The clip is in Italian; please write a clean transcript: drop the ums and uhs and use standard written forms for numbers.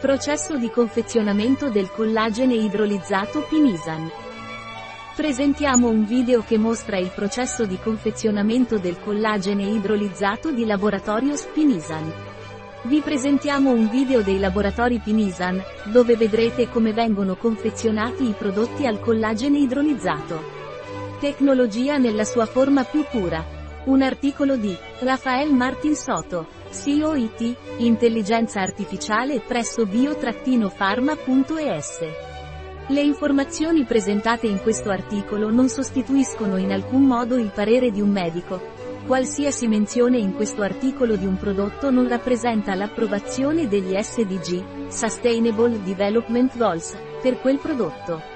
Processo di confezionamento del collagene idrolizzato Pinisan. Presentiamo un video che mostra il processo di confezionamento del collagene idrolizzato di laboratorio Pinisan. Vi presentiamo un video dei laboratori Pinisan, dove vedrete come vengono confezionati i prodotti al collagene idrolizzato. Tecnologia nella sua forma più pura. Un articolo di Rafael Martin Soto, COIT, Intelligenza Artificiale presso bio-pharma.es. Le informazioni presentate in questo articolo non sostituiscono in alcun modo il parere di un medico. Qualsiasi menzione in questo articolo di un prodotto non rappresenta l'approvazione degli SDG, Sustainable Development Goals, per quel prodotto.